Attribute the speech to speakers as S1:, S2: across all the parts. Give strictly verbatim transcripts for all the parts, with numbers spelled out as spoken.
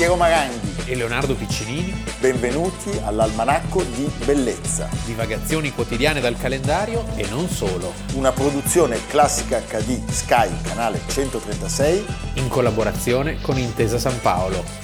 S1: Piero Maranghi
S2: e Leonardo Piccinini.
S1: Benvenuti all'Almanacco di Bellezza.
S2: Divagazioni quotidiane dal calendario e non solo.
S1: Una produzione Classica acca di Sky, canale centotrentasei.
S2: In collaborazione con Intesa San Paolo.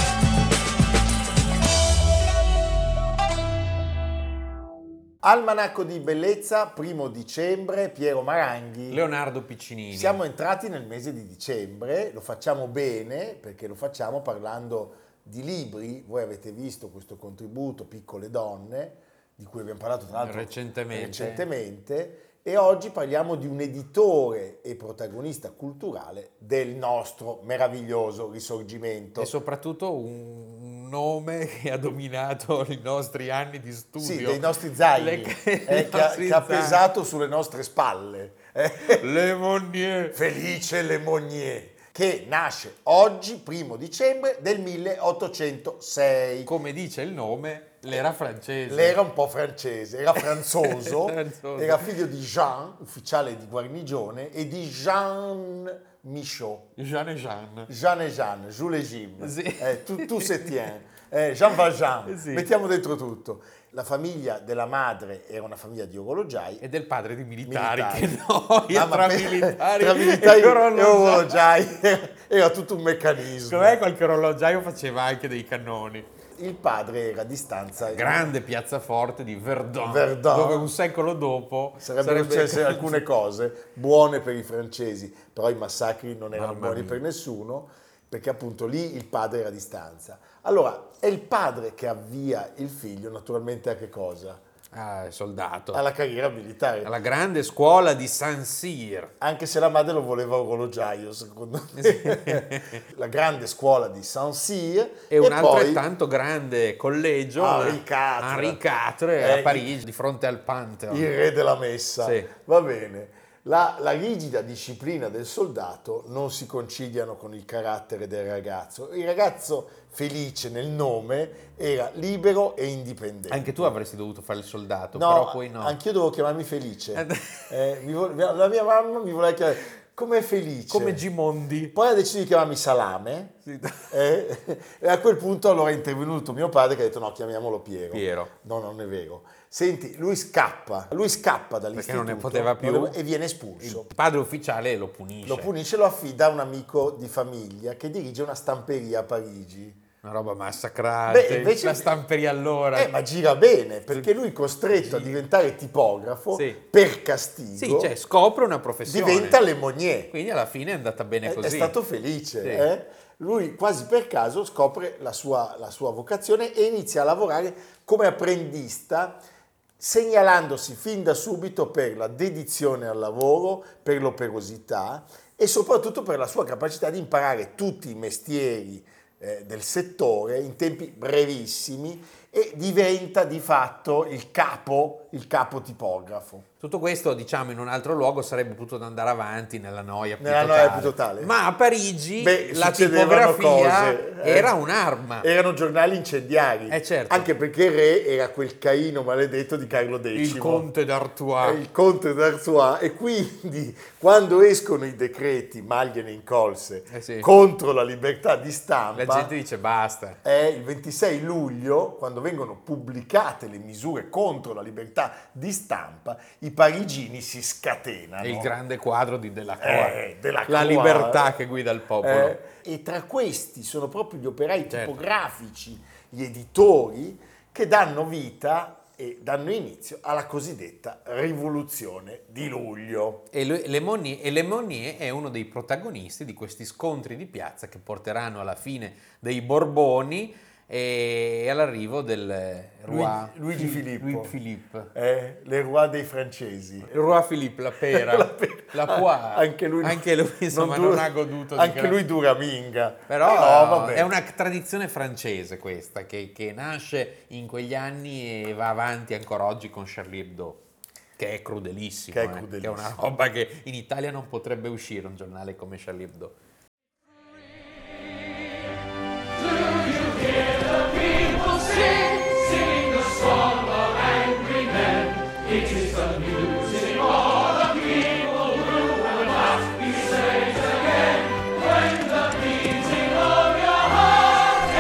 S1: Almanacco di Bellezza, primo dicembre, Piero Maranghi.
S2: Leonardo Piccinini.
S1: Siamo entrati nel mese di dicembre, lo facciamo bene perché lo facciamo parlando di libri. Voi avete visto questo contributo, Piccole donne, di cui abbiamo parlato tra l'altro
S2: recentemente.
S1: recentemente e oggi parliamo di un editore e protagonista culturale del nostro meraviglioso risorgimento.
S2: E soprattutto un nome che ha dominato i nostri anni di studio.
S1: Sì, dei nostri zaini,
S2: Le...
S1: eh, che, ha, che ha pesato sulle nostre spalle. Eh.
S2: Le Monnier.
S1: Felice Le Monnier, che nasce oggi, primo dicembre del milleottocentosei.
S2: Come dice il nome, l'era francese.
S1: L'era un po' francese, era franzoso,
S2: franzoso.
S1: Era figlio di Jean, ufficiale di guarnigione, e di Jean Michaud.
S2: Jean et Jean.
S1: Jean et Jean, Jules et Jim.
S2: Sì.
S1: Eh, tu, tu se tiens. Eh, Jean Valjean,
S2: Sì.
S1: Mettiamo dentro tutto. La famiglia della madre era una famiglia di orologiai.
S2: E del padre di militari,
S1: Militari.
S2: che noia,
S1: Mamma,
S2: tra
S1: per-
S2: militari,
S1: tra militari
S2: e
S1: e
S2: orologiai.
S1: orologiai. Era tutto un meccanismo.
S2: Secondo me qualche orologiaio faceva anche dei cannoni.
S1: Il padre era di stanza.
S2: Grande piazzaforte di Verdun,
S1: Verdun.
S2: dove un secolo dopo
S1: Sarebbero
S2: sarebbe...
S1: successe alcune cose buone per i francesi, però i massacri non erano
S2: Mamma
S1: buoni
S2: mia.
S1: per nessuno, perché appunto lì il padre era di stanza. Allora, è il padre che avvia il figlio, naturalmente, a che cosa?
S2: Ah, soldato.
S1: Alla carriera militare.
S2: Alla grande scuola di Saint-Cyr.
S1: Anche se la madre lo voleva orologiaio, secondo me. La grande scuola di Saint-Cyr.
S2: E un
S1: poi
S2: altrettanto grande collegio,
S1: Henri quattro.
S2: Henri quattro, a
S1: Eh,
S2: Parigi, di fronte al Pantheon.
S1: il re della messa.
S2: Sì.
S1: Va bene. La, la rigida disciplina del soldato non si conciliano con il carattere del ragazzo. Il ragazzo, felice nel nome, era libero e indipendente.
S2: Anche tu avresti dovuto fare il soldato,
S1: No,
S2: però poi no.
S1: anch'io dovevo chiamarmi Felice. Eh, mi vo- la mia mamma mi voleva chiamare come Felice.
S2: Come Gimondi.
S1: Poi ha deciso di chiamarmi Salame.
S2: Sì.
S1: eh, e a quel punto allora è intervenuto mio padre che ha detto no, chiamiamolo Piero.
S2: Piero.
S1: No, non è vero. Senti, lui scappa, lui scappa dall'istituto.
S2: Perché non ne poteva più.
S1: non ne- e viene espulso.
S2: Il padre ufficiale lo punisce.
S1: Lo punisce e lo affida a un amico di famiglia che dirige una stamperia a Parigi.
S2: Una roba massacrante.
S1: Beh, invece-
S2: La stamperia allora.
S1: Eh, ma gira bene, perché lui è costretto a diventare tipografo
S2: Sì.
S1: per castigo.
S2: Sì, cioè scopre una professione.
S1: Diventa Le Monnier.
S2: Quindi alla fine è andata bene
S1: È,
S2: così.
S1: è stato felice.
S2: Sì.
S1: eh? Lui quasi per caso scopre la sua, la sua vocazione e inizia a lavorare come apprendista, segnalandosi fin da subito per la dedizione al lavoro, per l'operosità e soprattutto per la sua capacità di imparare tutti i mestieri eh, del settore in tempi brevissimi e diventa di fatto il capo, il capo tipografo.
S2: Tutto questo, diciamo, in un altro luogo sarebbe potuto andare avanti nella noia più
S1: Nella
S2: totale.
S1: noia più totale.
S2: Ma a Parigi
S1: Beh,
S2: la
S1: succedevano
S2: tipografia
S1: cose, eh.
S2: era un'arma.
S1: Erano giornali incendiari,
S2: Eh, certo.
S1: anche perché il re era quel Caino maledetto di Carlo X.
S2: Il conte d'Artois.
S1: È il conte d'Artois, e quindi quando escono i decreti, Magliene incolse,
S2: Eh sì.
S1: contro la libertà di stampa,
S2: La gente dice basta.
S1: è il ventisei luglio, quando vengono pubblicate le misure contro la libertà di stampa, i parigini si scatenano.
S2: È il grande quadro di Delacroix.
S1: Eh, Delacroix.
S2: La libertà che guida il popolo.
S1: Eh, e tra questi sono proprio gli operai
S2: Certo.
S1: tipografici, gli editori, che danno vita e danno inizio alla cosiddetta rivoluzione di luglio.
S2: E, lui- Le Monnier, e Le Monnier è uno dei protagonisti di questi scontri di piazza che porteranno alla fine dei Borboni e all'arrivo del roi
S1: Luigi Filippo.
S2: Louis Philippe.
S1: Eh, le roi dei francesi.
S2: Il roi Philippe, la pera,
S1: La pe-
S2: la poire.
S1: Anche lui,
S2: anche lui, insomma, non,
S1: dura-
S2: ha goduto di
S1: Anche
S2: gran-
S1: lui dura minga.
S2: Però
S1: vabbè.
S2: è una tradizione francese questa, che, che nasce in quegli anni e va avanti ancora oggi con Charlie Hebdo, che è crudelissimo,
S1: Che è
S2: eh,
S1: crudelissimo.
S2: che è una roba che in Italia non potrebbe uscire, un giornale come Charlie Hebdo.
S3: It is the music of the people who will not be saved again when the beating of your heart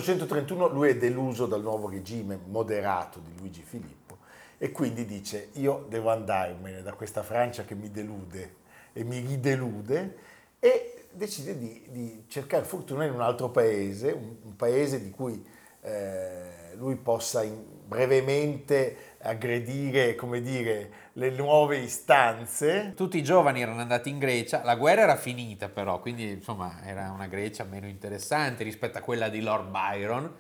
S1: milleottocentotrentuno lui è deluso dal nuovo regime moderato di Luigi Filippo e quindi dice io devo andarmene da questa Francia che mi delude e mi ridelude e decide di, di cercare fortuna in un altro paese, un, un paese di cui eh, lui possa in, brevemente aggredire, come dire, le nuove istanze.
S2: Tutti i giovani erano andati in Grecia, la guerra era finita però, quindi insomma era una Grecia meno interessante rispetto a quella di Lord Byron.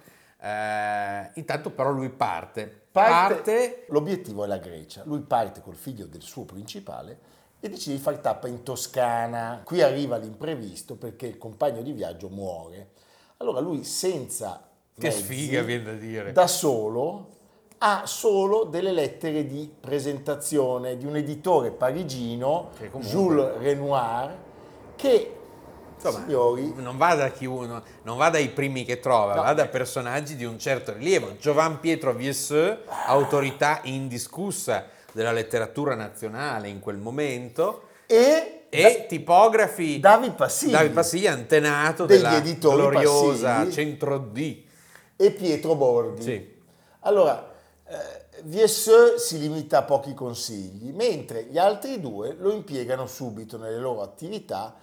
S2: Eh, intanto però lui parte.
S1: Parte,
S2: parte.
S1: L'obiettivo è la Grecia. Lui parte col figlio del suo principale e decide di far tappa in Toscana. Qui arriva l'imprevisto perché il compagno di viaggio muore. Allora lui senza
S2: Che
S1: mezzi,
S2: sfiga viene da dire.
S1: da solo, ha solo delle lettere di presentazione di un editore parigino,
S2: Che comunque-
S1: Jules Renoir, che,
S2: Insomma,
S1: signori,
S2: non va da chi uno, non va dai primi che trova,
S1: No.
S2: va da personaggi di un certo rilievo. Giovan Pietro Viesseux, autorità indiscussa della letteratura nazionale in quel momento,
S1: e,
S2: e tipografi
S1: David Passigli,
S2: David Passigli, antenato
S1: Degli
S2: della
S1: editori
S2: gloriosa
S1: Passigli.
S2: Centro D.
S1: e Pietro Bordi.
S2: Sì.
S1: Allora, eh, Viesseux si limita a pochi consigli, mentre gli altri due lo impiegano subito nelle loro attività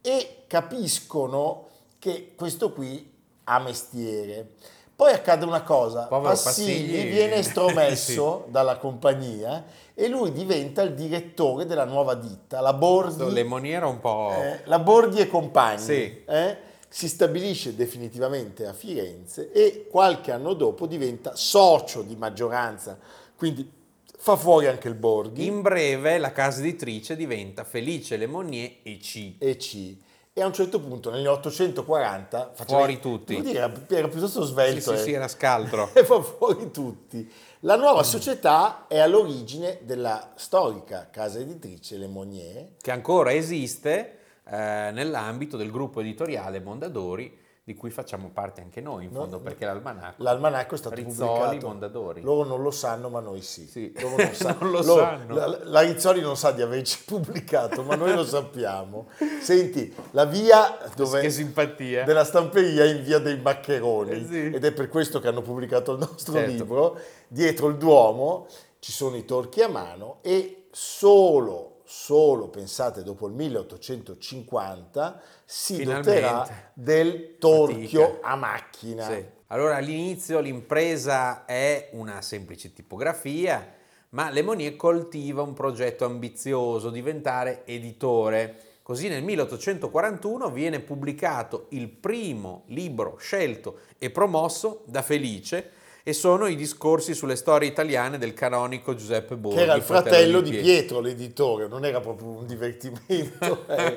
S1: e capiscono che questo qui ha mestiere. Poi accade una cosa,
S2: Povero
S1: Passigli,
S2: Passigli.
S1: viene estromesso dalla compagnia e lui diventa il direttore della nuova ditta, la Bordi,
S2: Le Monnier era un po'...
S1: eh, la Bordi e compagni.
S2: Sì.
S1: eh, si stabilisce definitivamente a Firenze e qualche anno dopo diventa socio di maggioranza, quindi fa fuori anche il Borghi
S2: In breve la casa editrice diventa Felice Le Monnier e C.
S1: e C. E a un certo punto, negli ottocentoquaranta, faceva-
S2: Fuori tutti.
S1: devo dire, era, era piuttosto
S2: Sì,
S1: svelto.
S2: sì,
S1: eh.
S2: sì, era scaltro.
S1: E fa fuori tutti. La nuova società è all'origine della storica casa editrice Le Monnier,
S2: Che ancora esiste eh, nell'ambito del gruppo editoriale Mondadori, di cui facciamo parte anche noi, in
S1: No,
S2: fondo,
S1: no.
S2: perché l'almanacco...
S1: L'almanacco è stato
S2: Rizzoli,
S1: pubblicato.
S2: Mondadori.
S1: Loro non lo sanno, ma noi sì.
S2: Sì.
S1: Loro non, sa-
S2: Non lo
S1: loro-
S2: sanno.
S1: La, la Rizzoli non sa di averci pubblicato, ma noi lo sappiamo. Senti, la via dove,
S2: Che simpatia.
S1: della stamperia è in via dei Maccheroni,
S2: Eh sì.
S1: ed è per questo che hanno pubblicato il nostro
S2: Certo.
S1: libro. Dietro il Duomo ci sono i torchi a mano e solo, solo, pensate, dopo il milleottocentocinquanta si
S2: Finalmente.
S1: doterà del torchio
S2: Fatica.
S1: a macchina.
S2: Sì. Allora all'inizio l'impresa è una semplice tipografia, ma Le Monnier coltiva un progetto ambizioso, diventare editore. Così nel milleottocentoquarantuno viene pubblicato il primo libro scelto e promosso da Felice, e sono i discorsi sulle storie italiane del canonico Giuseppe Borghi,
S1: Che era il fratello di
S2: Pietro.
S1: Pietro, l'editore, non era proprio un divertimento. eh.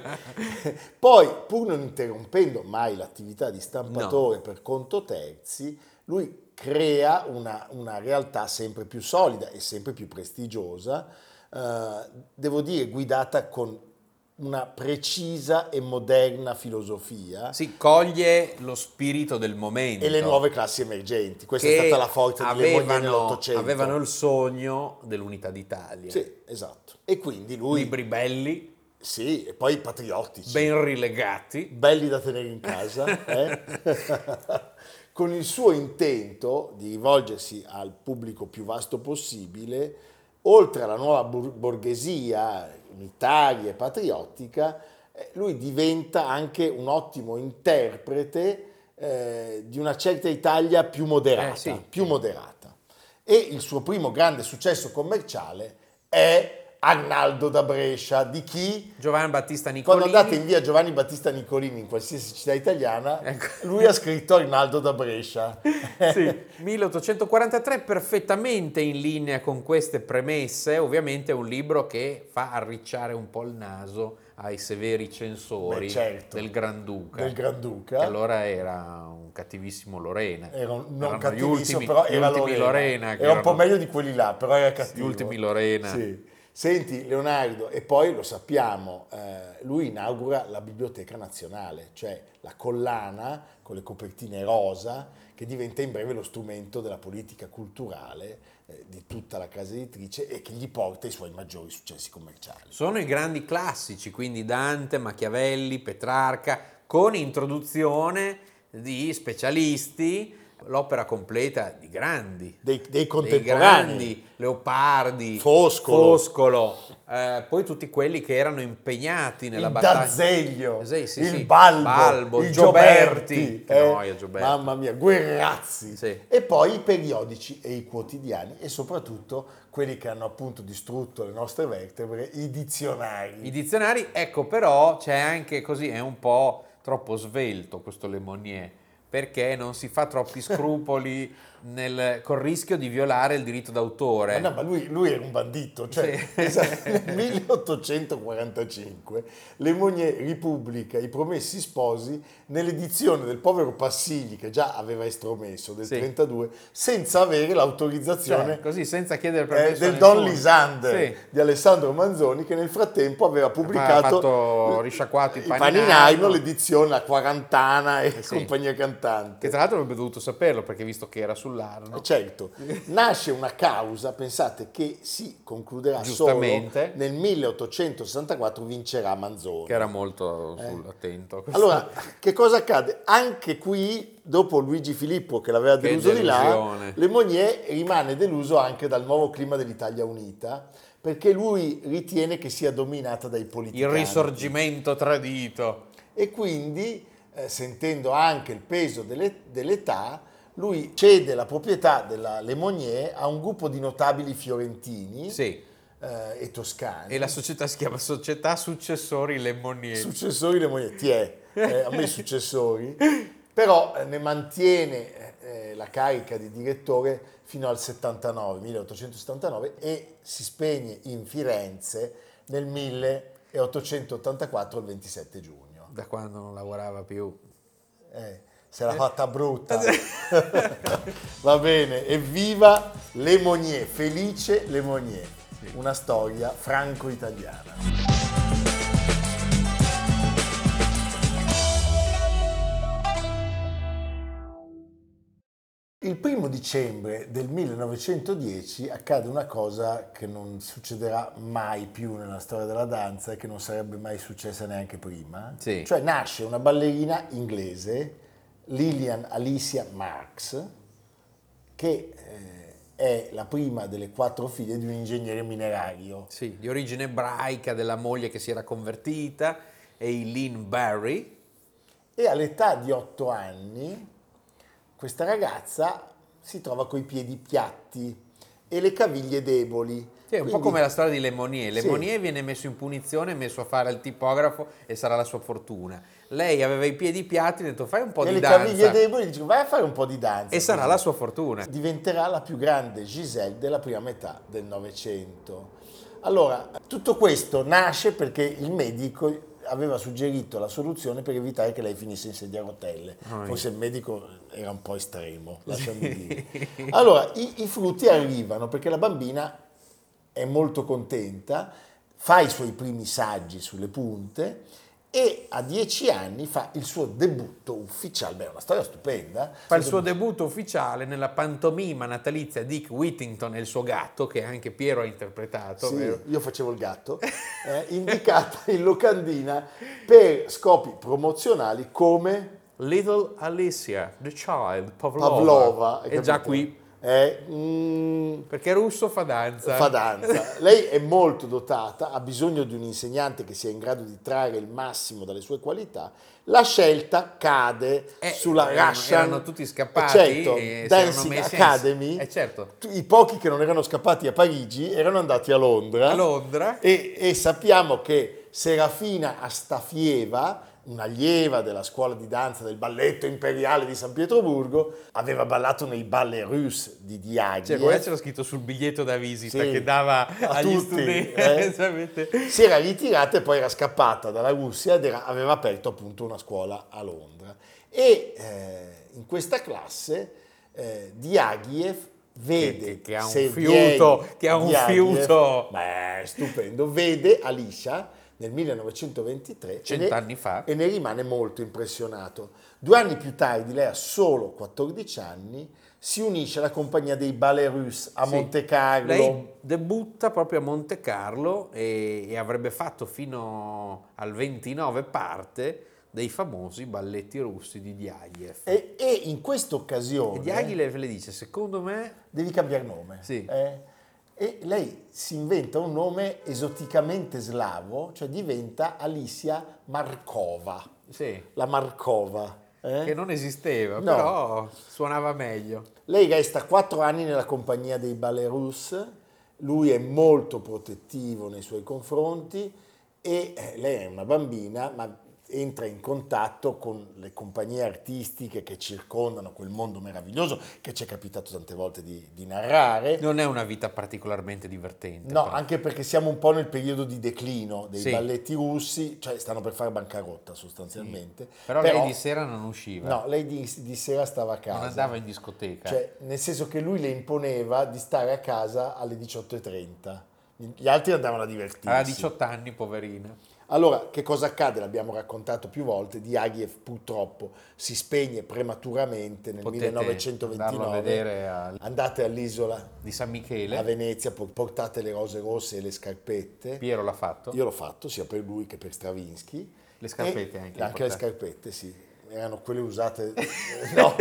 S1: Poi, pur non interrompendo mai l'attività di stampatore per conto terzi, lui crea una, una realtà sempre più solida e sempre più prestigiosa, eh, devo dire guidata con una precisa e moderna filosofia
S2: Si coglie lo spirito del momento.
S1: e le nuove classi emergenti. Questa
S2: che
S1: è stata la forza di Le Monnier
S2: avevano,
S1: nell'Ottocento.
S2: avevano il sogno dell'unità d'Italia.
S1: Sì, esatto. E quindi lui...
S2: Libri belli,
S1: Sì, e poi patriottici.
S2: ben rilegati.
S1: Belli da tenere in casa, eh? Con il suo intento di rivolgersi al pubblico più vasto possibile, oltre alla nuova bor- borghesia unitaria e patriottica, eh, lui diventa anche un ottimo interprete eh, di una certa Italia più moderata,
S2: Eh, sì,
S1: più
S2: sì.
S1: moderata. E il suo primo grande successo commerciale è Arnaldo da Brescia, di chi?
S2: Giovanni Battista Nicolini.
S1: Quando andate in via Giovanni Battista Nicolini in qualsiasi città italiana,
S2: Ecco.
S1: lui ha scritto Arnaldo da Brescia.
S2: Sì, milleottocentoquarantatré, perfettamente in linea con queste premesse. Ovviamente è un libro che fa arricciare un po' il naso ai severi censori
S1: Beh, certo.
S2: del Granduca,
S1: Del Granduca.
S2: che allora era un cattivissimo Lorena.
S1: Era un, non
S2: Erano gli
S1: cattivissimo,
S2: ultimi,
S1: però
S2: gli
S1: era
S2: ultimi
S1: Lorena.
S2: Lorena, che
S1: Era un po'
S2: erano
S1: meglio di quelli là, però era cattivo.
S2: gli ultimi Lorena.
S1: Sì. Senti, Leonardo, e poi lo sappiamo, eh, lui inaugura la Biblioteca Nazionale, cioè la collana con le copertine rosa, che diventa in breve lo strumento della politica culturale eh, di tutta la casa editrice e che gli porta i suoi maggiori successi commerciali.
S2: Sono i grandi classici, quindi Dante, Machiavelli, Petrarca, con introduzione di specialisti, l'opera completa di grandi,
S1: dei, dei
S2: dei
S1: contemporanei,
S2: grandi, Leopardi,
S1: Foscolo,
S2: Foscolo eh, poi tutti quelli che erano impegnati nella
S1: il
S2: battaglia.
S1: D'Azeglio,
S2: Sì, sì,
S1: il
S2: sì.
S1: Balbo,
S2: Balbo,
S1: il
S2: Gioberti,
S1: Gioberti,
S2: che
S1: eh,
S2: noia, Gioberti.
S1: mamma mia, Guerrazzi,
S2: Sì.
S1: e poi i periodici e i quotidiani e soprattutto quelli che hanno appunto distrutto le nostre vertebre, i dizionari.
S2: I dizionari, ecco, però c'è anche così, è un po' troppo svelto questo Le Monnier, perché non si fa troppi scrupoli nel, col rischio di violare il diritto d'autore.
S1: Ma no, ma lui, lui era un bandito, cioè
S2: Sì.
S1: esatto, nel milleottocentoquarantacinque Le Monnier ripubblica I Promessi Sposi nell'edizione del povero Passigli, che già aveva estromesso, del
S2: Sì.
S1: trentadue, senza avere l'autorizzazione
S2: Cioè, così, senza chiedere
S1: eh,
S2: permesso a
S1: del Don
S2: nessuno.
S1: Lisander
S2: Sì.
S1: di Alessandro Manzoni, che nel frattempo aveva pubblicato
S2: fatto risciacquato i
S1: i
S2: Paninaino.
S1: Paninaino, l'edizione La Quarantana e
S2: sì.
S1: compagnia cantante.
S2: Che tra l'altro avrebbe dovuto saperlo, perché visto che era sull'Arno.
S1: Certo, nasce una causa, pensate, che si concluderà solo
S2: Giustamente.
S1: nel milleottocentosessantaquattro, vincerà Manzoni.
S2: Che era molto sul- attento a questo.
S1: Allora, che cosa accade? Anche qui, dopo Luigi Filippo che l'aveva
S2: Che
S1: deluso di là,
S2: delusione.
S1: Le Monnier rimane deluso anche dal nuovo clima dell'Italia unita, perché lui ritiene che sia dominata dai
S2: Il
S1: politicanti.
S2: risorgimento tradito.
S1: E quindi, eh, sentendo anche il peso delle- dell'età, lui cede la proprietà della Le Monnier a un gruppo di notabili fiorentini
S2: Sì.
S1: eh, e toscani.
S2: E la società si chiama Società Successori Le Monnier.
S1: Successori Le Monnier, ti è, eh, a me successori, però eh, ne mantiene eh, la carica di direttore fino al settantanove, milleottocentosettantanove, e si spegne in Firenze nel milleottocentottantaquattro, il ventisette giugno.
S2: Da quando non lavorava più.
S1: Eh, se l'ha fatta brutta. Va bene, evviva Le Monnier, felice Le Monnier, una storia franco-italiana. Il primo dicembre del millenovecentodieci accade una cosa che non succederà mai più nella storia della danza e che non sarebbe mai successa neanche prima.
S2: Sì.
S1: Cioè nasce una ballerina inglese, Lillian Alicia Marks, che eh, è la prima delle quattro figlie di un ingegnere minerario.
S2: Sì, di origine ebraica, della moglie che si era convertita, Eileen Barry.
S1: E all'età di otto anni questa ragazza si trova coi piedi piatti e le caviglie deboli.
S2: Sì, è un
S1: Quindi,
S2: po' come la storia di Le Monnier. Le
S1: Sì.
S2: Monnier viene messo in punizione, messo a fare il tipografo e sarà la sua fortuna. Lei aveva i piedi piatti e ha detto fai un po'
S1: e
S2: di
S1: le
S2: danza
S1: caviglie deboli, dice vai a fare un po' di danza.
S2: e sarà
S1: così.
S2: la sua fortuna.
S1: Diventerà la più grande Giselle della prima metà del Novecento. Allora, tutto questo nasce perché il medico aveva suggerito la soluzione per evitare che lei finisse in sedia a rotelle.
S2: Oh,
S1: Forse il medico era un po' estremo, lasciami dire. Allora, i, i frutti arrivano perché la bambina è molto contenta, fa i suoi primi saggi sulle punte e a dieci anni fa il suo debutto ufficiale. Beh, è una storia stupenda.
S2: Fa il suo debutto ufficiale nella pantomima natalizia Dick Whittington e il suo gatto, che anche Piero ha interpretato.
S1: Sì,
S2: vero?
S1: io facevo il gatto, eh, indicata in locandina per scopi promozionali come
S2: Little Alicia, the child, Pavlova.
S1: Pavlova. hai
S2: E già
S1: capito?
S2: qui,
S1: Eh, mm,
S2: perché russo fa danza.
S1: fa danza. Lei è molto dotata, ha bisogno di un insegnante che sia in grado di trarre il massimo dalle sue qualità. La scelta cade
S2: Eh,
S1: sulla
S2: erano-
S1: Russian
S2: erano tutti scappati
S1: eh, certo,
S2: e si erano
S1: Dancing
S2: messi
S1: Academy.
S2: Eh, certo.
S1: I pochi che non erano scappati a Parigi erano andati a Londra.
S2: A Londra.
S1: E, e sappiamo che Serafina Astafieva, un'allieva della scuola di danza del balletto imperiale di San Pietroburgo, aveva ballato nei ballet russe di Diaghilev.
S2: Cioè, come c'era scritto sul biglietto da visita
S1: Sì,
S2: che dava
S1: a
S2: agli
S1: tutti,
S2: studenti.
S1: eh.
S2: Sapete?
S1: Si era ritirata e poi era scappata dalla Russia ed era- aveva aperto appunto una scuola a Londra. E eh, in questa classe eh, Diaghilev vede
S2: Che- che- che ha un
S1: Sergei
S2: fiuto, che ha un
S1: Diaghilev,
S2: fiuto.
S1: beh, stupendo, vede Alicia nel millenovecentoventitré e ne-
S2: Cent'anni fa.
S1: e ne rimane molto impressionato. Due anni più tardi, lei ha solo quattordici anni, si unisce alla compagnia dei Ballet Russes a
S2: Sì.
S1: Monte Carlo.
S2: Lei debutta proprio a Monte Carlo e, e avrebbe fatto fino al ventinove parte dei famosi balletti russi di Diaghilev.
S1: E, e in questa occasione
S2: E Diaghilev le dice, secondo me...
S1: devi cambiare nome.
S2: Sì.
S1: Eh? E lei si inventa un nome esoticamente slavo, cioè diventa Alicia Markova.
S2: Sì.
S1: La Markova. Eh?
S2: Che non esisteva,
S1: No.
S2: però suonava meglio.
S1: Lei resta quattro anni nella compagnia dei ballet russi, lui è molto protettivo nei suoi confronti e eh, lei è una bambina, ma entra in contatto con le compagnie artistiche che circondano quel mondo meraviglioso che ci è capitato tante volte di, di narrare.
S2: Non è una vita particolarmente divertente.
S1: No,
S2: però.
S1: anche perché siamo un po' nel periodo di declino dei
S2: Sì.
S1: balletti russi, cioè stanno per fare bancarotta sostanzialmente.
S2: Però, lei di sera non usciva.
S1: No, lei di, di sera stava a casa.
S2: Non andava in discoteca.
S1: Cioè, nel senso che lui le imponeva di stare a casa alle diciotto e trenta. Gli altri andavano a divertirsi.
S2: Aveva diciotto anni, poverina.
S1: Allora, che cosa accade? L'abbiamo raccontato più volte. Diaghilev purtroppo si spegne prematuramente nel
S2: Potete andarlo a
S1: millenovecentoventinove.
S2: vedere al-
S1: Andate all'isola
S2: Di San
S1: a
S2: Michele.
S1: Venezia, po- portate le rose rosse e le scarpette.
S2: Piero l'ha fatto.
S1: Io l'ho fatto sia per lui che per Stravinsky.
S2: Le scarpette
S1: E
S2: anche,
S1: Anche
S2: le
S1: le
S2: portate.
S1: scarpette, sì. Erano quelle usate. No.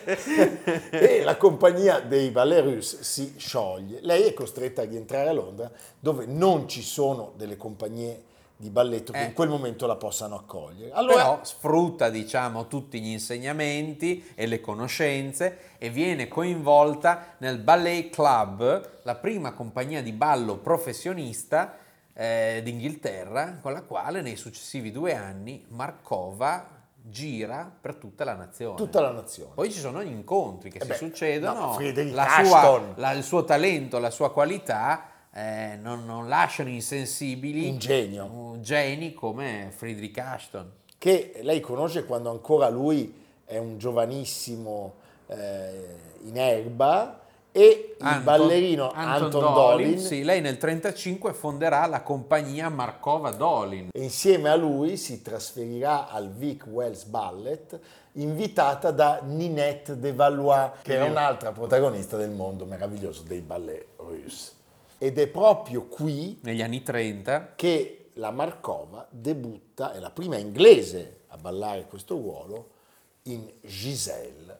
S1: E la compagnia dei ballet russi si scioglie. Lei è costretta a rientrare a Londra, dove non ci sono delle compagnie di balletto che
S2: Eh.
S1: in quel momento la possano accogliere. Allora,
S2: Però sfrutta, diciamo, tutti gli insegnamenti e le conoscenze e viene coinvolta nel Ballet Club, la prima compagnia di ballo professionista eh, d'Inghilterra, con la quale nei successivi due anni Markova gira per tutta la nazione.
S1: tutta la nazione.
S2: Poi ci sono gli incontri che
S1: Eh
S2: si
S1: beh,
S2: succedono,
S1: no, Frederick
S2: la
S1: Ashton.
S2: sua, la- il suo talento, la sua qualità eh, non, non lasciano insensibili
S1: Un genio.
S2: uh, geni come Friedrich Ashton.
S1: Che lei conosce quando ancora lui è un giovanissimo eh, in erba, e il
S2: Anton-
S1: ballerino Anton, Dolin,
S2: sì, lei nel trentacinque fonderà la compagnia Markova Dolin.
S1: e insieme a lui si trasferirà al Vic Wells Ballet, invitata da Ninette de Valois, che era un'altra protagonista del mondo meraviglioso dei ballet russi. Ed è proprio qui
S2: Negli anni trenta
S1: che la Markova debutta, è la prima inglese a ballare questo ruolo, in Giselle,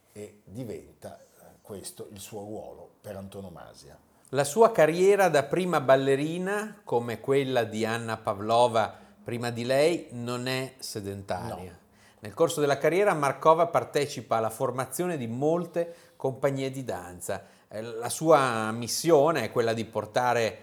S1: e diventa questo il suo ruolo per antonomasia.
S2: la sua carriera da prima ballerina, come quella di Anna Pavlova prima di lei, non è sedentaria.
S1: No.
S2: Nel corso della carriera Markova partecipa alla formazione di molte compagnie di danza. Eh, La sua missione è quella di portare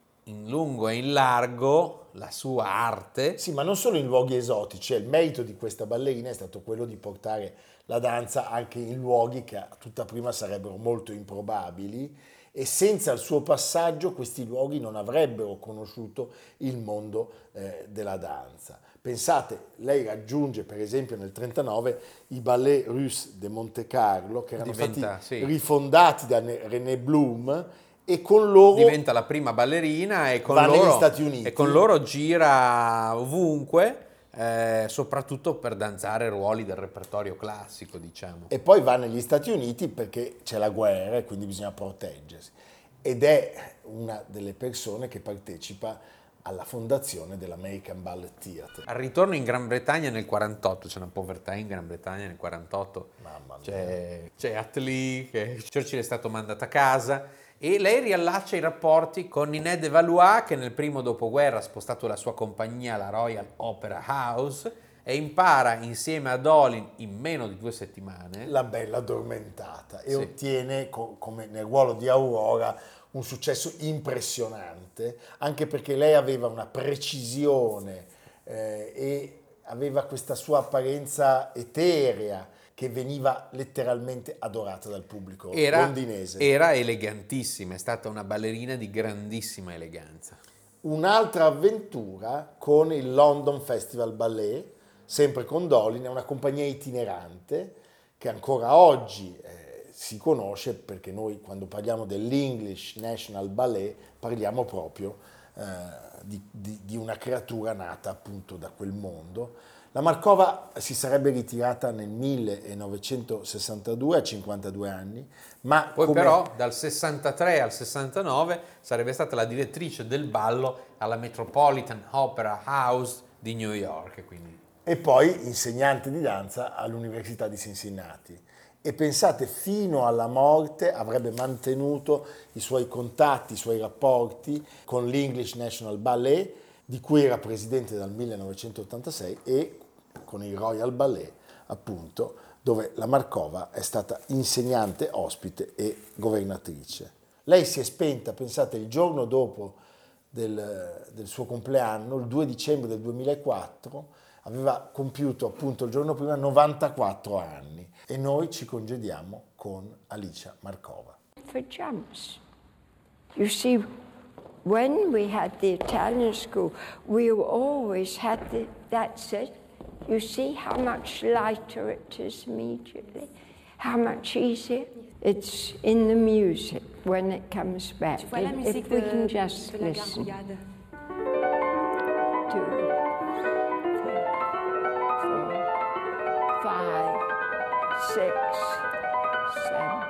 S2: in lungo e in largo la sua arte.
S1: Sì, ma non solo in luoghi esotici, il merito di questa ballerina è stato quello di portare la danza anche in luoghi che a tutta prima sarebbero molto improbabili, e senza il suo passaggio questi luoghi non avrebbero conosciuto il mondo eh, della danza. Pensate, lei raggiunge per esempio nel trentanove i Ballet Russes de Monte Carlo, che erano
S2: Diventa,
S1: stati
S2: sì.
S1: rifondati da René Blum, e con loro
S2: Diventa la prima ballerina e con,
S1: Va negli
S2: loro,
S1: Stati Uniti.
S2: e con loro gira ovunque, eh, soprattutto per danzare ruoli del repertorio classico, diciamo.
S1: e poi va negli Stati Uniti perché c'è la guerra e quindi bisogna proteggersi. Ed è una delle persone che partecipa alla fondazione dell'American Ballet Theatre.
S2: Al ritorno in Gran Bretagna nel quarantotto, c'è una povertà in Gran Bretagna nel quarantotto,
S1: Mamma mia.
S2: c'è, c'è Attlee, che Churchill è stato mandato a casa, e lei riallaccia i rapporti con Ninette de Valois, che nel primo dopoguerra ha spostato la sua compagnia alla Royal Opera House, e impara insieme a Dolin in meno di due settimane.
S1: La bella addormentata, e
S2: Sì.
S1: ottiene, co- come nel ruolo di Aurora, un successo impressionante, anche perché lei aveva una precisione eh, e aveva questa sua apparenza eterea che veniva letteralmente adorata dal pubblico
S2: Era,
S1: londinese.
S2: era elegantissima, è stata una ballerina di grandissima eleganza.
S1: Un'altra avventura con il London Festival Ballet, sempre con Dolin, è una compagnia itinerante che ancora oggi eh, si conosce, perché noi quando parliamo dell'English National Ballet parliamo proprio eh, di, di, di una creatura nata appunto da quel mondo. La Markova si sarebbe ritirata nel millenovecentosessantadue a cinquantadue anni, ma
S2: Poi
S1: come-
S2: però dal sessantatré al sessantanove sarebbe stata la direttrice del ballo alla Metropolitan Opera House di New York, quindi
S1: e poi insegnante di danza all'Università di Cincinnati. E pensate, fino alla morte avrebbe mantenuto i suoi contatti, i suoi rapporti con l'English National Ballet, di cui era presidente dal millenovecentottantasei, e con il Royal Ballet, appunto, dove la Markova è stata insegnante, ospite e governatrice. Lei si è spenta, pensate, il giorno dopo del, del suo compleanno, il due dicembre del duemilaquattro, aveva compiuto appunto il giorno prima novantaquattro anni, e noi ci congediamo con Alicia Markova.
S4: For jumps. You see, when we had the Italian school, we always had the, that's it. You see how much lighter it is immediately, how much easier. It's in the music when it comes back.
S5: Tu vois la
S4: If,
S5: musique
S4: if we
S5: de,
S4: can just
S5: de la
S4: listen.
S5: Gargouillade.
S4: Two, three, four, five, six, seven.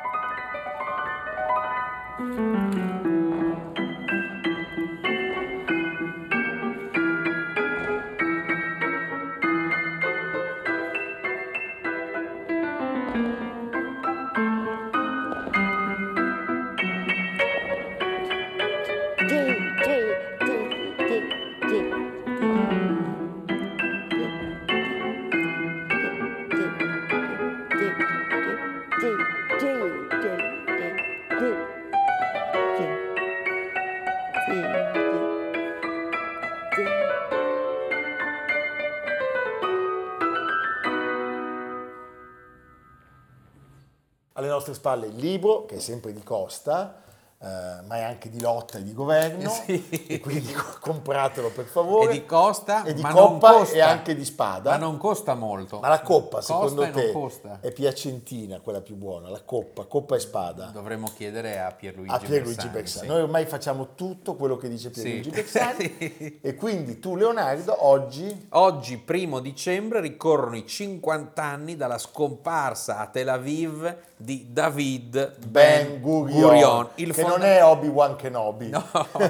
S1: Alle nostre spalle il libro, che è sempre di Costa, eh, ma è anche di lotta e di governo,
S2: Sì.
S1: e quindi co- compratelo per favore.
S2: È di costa,
S1: e di
S2: ma non
S1: coppa
S2: costa.
S1: e anche di spada.
S2: Ma non costa molto.
S1: Ma la coppa,
S2: Costa
S1: secondo
S2: e non
S1: te,
S2: costa.
S1: è piacentina quella più buona? La coppa, coppa e spada?
S2: Dovremmo chiedere a Pierluigi
S1: A Pierluigi
S2: Bersani,
S1: Bersani.
S2: sì.
S1: Noi ormai facciamo tutto quello che dice Pierluigi
S2: Sì.
S1: Bersani.
S2: Sì.
S1: E quindi tu, Leonardo, oggi...
S2: Oggi, primo dicembre, ricorrono i cinquanta anni dalla scomparsa a Tel Aviv di David
S1: Ben Gurion,
S2: il
S1: che
S2: fonda-
S1: non è Obi-Wan Kenobi.
S2: No,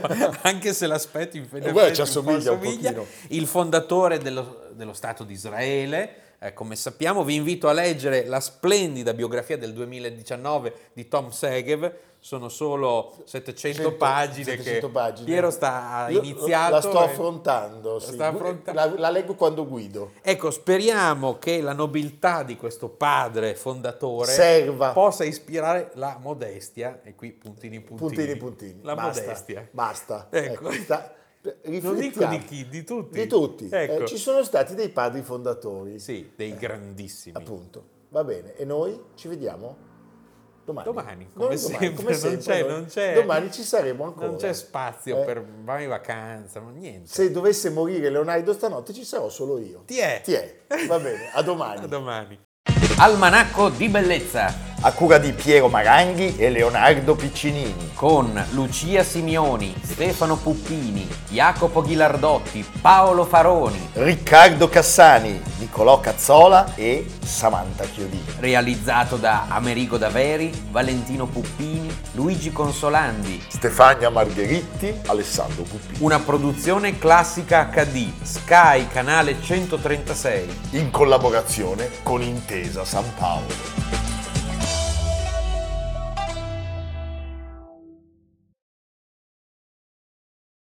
S2: anche se l'aspetto in
S1: Eh,
S2: effetti
S1: guarda, ci
S2: un po'
S1: assomiglia un
S2: assomiglia.
S1: pochino.
S2: Il fondatore dello, dello Stato di Israele, eh, come sappiamo. Vi invito a leggere la splendida biografia del duemiladiciannove di Tom Segev. Sono solo settecento
S1: cento
S2: pagine
S1: settecento
S2: che
S1: pagine.
S2: Piero sta ha
S1: Io
S2: iniziato.
S1: La sto
S2: e-
S1: affrontando, sì.
S2: sta affrontando.
S1: La, la leggo quando guido.
S2: Ecco, speriamo che la nobiltà di questo padre fondatore
S1: Serva.
S2: possa ispirare la modestia, e qui puntini puntini.
S1: Puntini, puntini.
S2: La
S1: Basta,
S2: modestia.
S1: Basta.
S2: Ecco.
S1: sta-
S2: Non dico
S1: riflettiamo.
S2: di chi, di tutti.
S1: Di tutti.
S2: Ecco.
S1: Eh, ci sono stati dei padri fondatori.
S2: Sì, dei grandissimi.
S1: Appunto. Va bene. E noi ci vediamo domani.
S2: Domani,
S1: Noi
S2: come
S1: domani,
S2: sempre,
S1: come
S2: non
S1: sempre,
S2: c'è-
S1: noi-
S2: non c'è-
S1: Domani ci saremo ancora.
S2: Non c'è spazio
S1: Eh.
S2: per vai in vacanza, ma niente.
S1: Se dovesse morire Leonardo stanotte ci sarò solo io.
S2: Ti è.
S1: Ti è. Va bene. A domani.
S2: A domani.
S6: Almanacco di bellezza
S7: a cura di Piero Maranghi e Leonardo Piccinini.
S6: con Lucia Simioni, Stefano Puppini, Jacopo Ghilardotti, Paolo Faroni,
S7: Riccardo Cassani, Nicolò Cazzola e Samantha Chiodini.
S6: realizzato da Amerigo Daveri, Valentino Puppini, Luigi Consolandi.
S7: Stefania Margheritti, Alessandro Puppini.
S2: Una produzione Classica acca di, Sky canale centotrentasei.
S7: In collaborazione con Intesa San Paolo.